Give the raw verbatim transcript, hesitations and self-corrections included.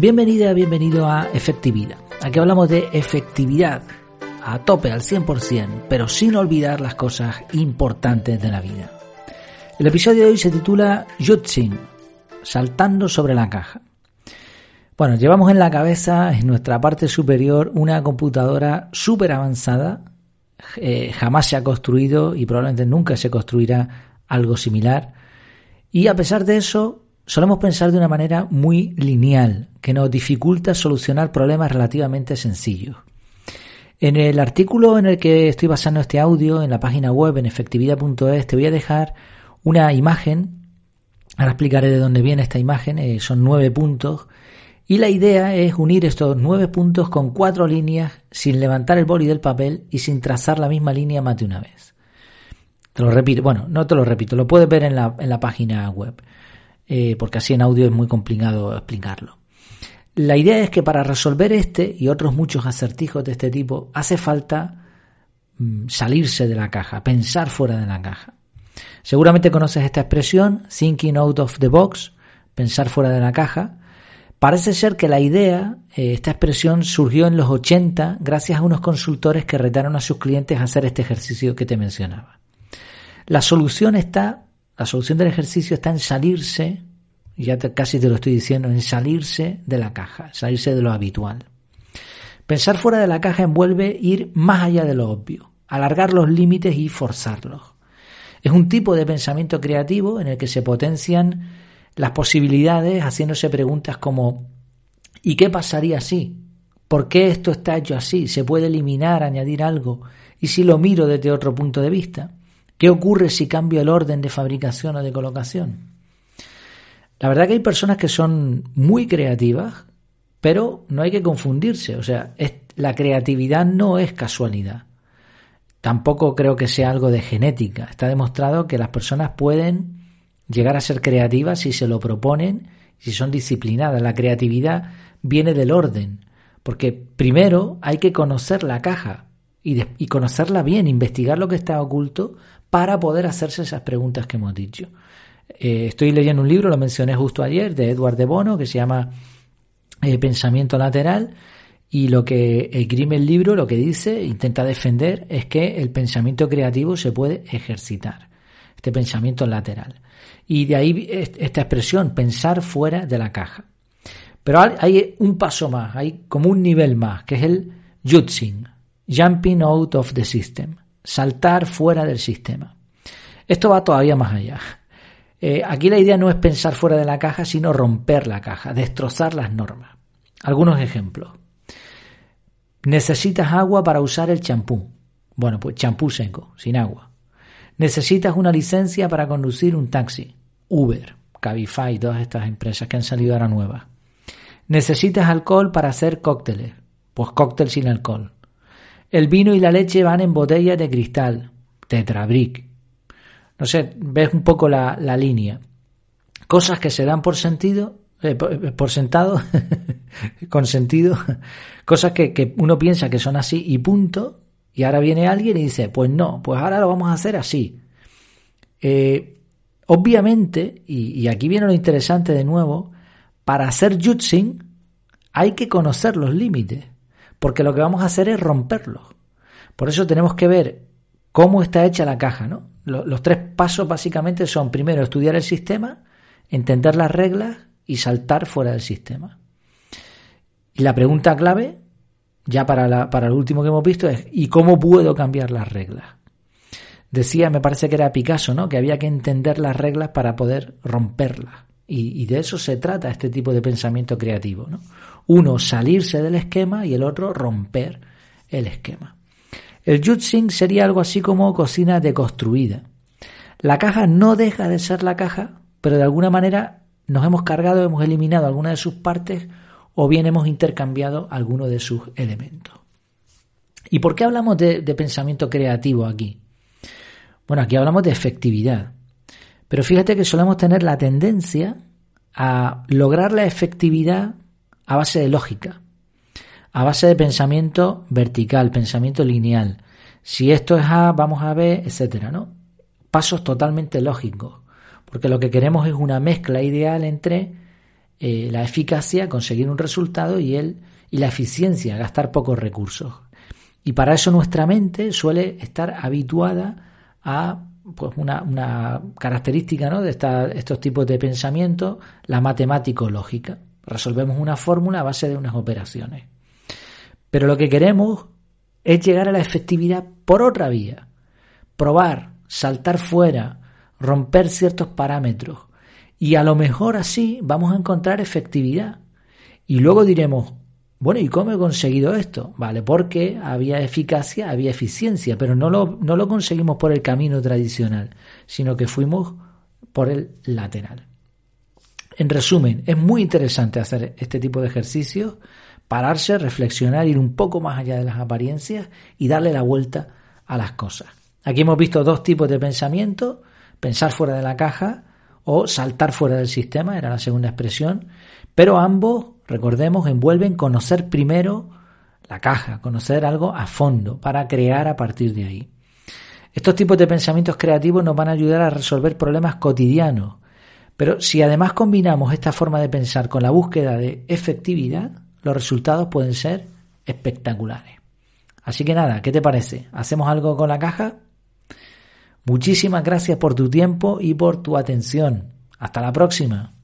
Bienvenida, bienvenido a Efectividad. Aquí hablamos de efectividad a tope, al cien por ciento, pero sin olvidar las cosas importantes de la vida. El episodio de hoy se titula Jutzing, saltando sobre la caja. Bueno, llevamos en la cabeza, en nuestra parte superior, una computadora súper avanzada. Eh, jamás se ha construido y probablemente nunca se construirá algo similar. Y a pesar de eso, solemos pensar de una manera muy lineal, que nos dificulta solucionar problemas relativamente sencillos. En el artículo en el que estoy basando este audio, en la página web, en efectividad punto es, te voy a dejar una imagen. Ahora explicaré de dónde viene esta imagen. Eh, son nueve puntos. Y la idea es unir estos nueve puntos con cuatro líneas sin levantar el boli del papel y sin trazar la misma línea más de una vez. Te lo repito. Bueno, no te lo repito. Lo puedes ver en la, en la página web. Eh, porque así en audio es muy complicado explicarlo. La idea es que para resolver este y otros muchos acertijos de este tipo hace falta mm, salirse de la caja, pensar fuera de la caja. Seguramente conoces esta expresión, thinking out of the box, pensar fuera de la caja. Parece ser que la idea, eh, esta expresión surgió en los ochenta gracias a unos consultores que retaron a sus clientes a hacer este ejercicio que te mencionaba. La solución está... La solución del ejercicio está en salirse, ya te, casi te lo estoy diciendo, en salirse de la caja, salirse de lo habitual. Pensar fuera de la caja envuelve ir más allá de lo obvio, alargar los límites y forzarlos. Es un tipo de pensamiento creativo en el que se potencian las posibilidades haciéndose preguntas como ¿y qué pasaría si? ¿Por qué esto está hecho así? ¿Se puede eliminar, añadir algo? ¿Y si lo miro desde otro punto de vista? ¿Qué ocurre si cambio el orden de fabricación o de colocación? La verdad que hay personas que son muy creativas, pero no hay que confundirse. O sea, es, la creatividad no es casualidad. Tampoco creo que sea algo de genética. Está demostrado que las personas pueden llegar a ser creativas si se lo proponen, si son disciplinadas. La creatividad viene del orden, porque primero hay que conocer la caja y, de, y conocerla bien, investigar lo que está oculto, para poder hacerse esas preguntas que hemos dicho. Eh, estoy leyendo un libro, lo mencioné justo ayer, de Edward de Bono, que se llama eh, Pensamiento Lateral, y lo que esgrime el libro, lo que dice, intenta defender, es que el pensamiento creativo se puede ejercitar, este pensamiento lateral. Y de ahí esta expresión, pensar fuera de la caja. Pero hay un paso más, hay como un nivel más, que es el jutzing, jumping out of the system. Saltar fuera del sistema. Esto va todavía más allá. Eh, aquí la idea no es pensar fuera de la caja, sino romper la caja, destrozar las normas. Algunos ejemplos. Necesitas agua para usar el champú. Bueno, pues champú seco, sin agua. Necesitas una licencia para conducir un taxi. Uber, Cabify, todas estas empresas que han salido ahora nuevas. Necesitas alcohol para hacer cócteles. Pues cóctel sin alcohol. El vino y la leche van en botellas de cristal, Tetra Brick. No sé, ves un poco la, la línea. Cosas que se dan por sentido, eh, por, por sentado, con sentido, cosas que, que uno piensa que son así y punto, y ahora viene alguien y dice, pues no, pues ahora lo vamos a hacer así. Eh, obviamente, y, y aquí viene lo interesante de nuevo, para hacer jutzing hay que conocer los límites. Porque lo que vamos a hacer es romperlos. Por eso tenemos que ver cómo está hecha la caja, ¿no? Los, los tres pasos básicamente son, primero, estudiar el sistema, entender las reglas y saltar fuera del sistema. Y la pregunta clave, ya para, la, para el último que hemos visto, es ¿y cómo puedo cambiar las reglas? Decía, me parece que era Picasso, ¿no? Que había que entender las reglas para poder romperlas. Y, y de eso se trata este tipo de pensamiento creativo, ¿no? Uno, salirse del esquema y el otro, romper el esquema. El jutzing sería algo así como cocina deconstruida. La caja no deja de ser la caja, pero de alguna manera nos hemos cargado, hemos eliminado alguna de sus partes o bien hemos intercambiado alguno de sus elementos. ¿Y por qué hablamos de, de pensamiento creativo aquí? Bueno, aquí hablamos de efectividad. Pero fíjate que solemos tener la tendencia a lograr la efectividad a base de lógica, a base de pensamiento vertical, pensamiento lineal. Si esto es A, vamos a B, etcétera, ¿no? Pasos totalmente lógicos, porque lo que queremos es una mezcla ideal entre eh, la eficacia, conseguir un resultado, y el y la eficiencia, gastar pocos recursos. Y para eso nuestra mente suele estar habituada a pues una, una característica, ¿no?, de esta, estos tipos de pensamiento, la matemático-lógica. Resolvemos una fórmula a base de unas operaciones. Pero lo que queremos es llegar a la efectividad por otra vía. Probar, saltar fuera, romper ciertos parámetros. Y a lo mejor así vamos a encontrar efectividad. Y luego diremos, bueno, ¿y cómo he conseguido esto? Vale, porque había eficacia, había eficiencia, pero no lo, no lo conseguimos por el camino tradicional, sino que fuimos por el lateral. En resumen, es muy interesante hacer este tipo de ejercicios, pararse, reflexionar, ir un poco más allá de las apariencias y darle la vuelta a las cosas. Aquí hemos visto dos tipos de pensamiento: pensar fuera de la caja o saltar fuera del sistema, era la segunda expresión, pero ambos, recordemos, envuelven conocer primero la caja, conocer algo a fondo para crear a partir de ahí. Estos tipos de pensamientos creativos nos van a ayudar a resolver problemas cotidianos, pero si además combinamos esta forma de pensar con la búsqueda de efectividad, los resultados pueden ser espectaculares. Así que nada, ¿qué te parece? ¿Hacemos algo con la caja? Muchísimas gracias por tu tiempo y por tu atención. Hasta la próxima.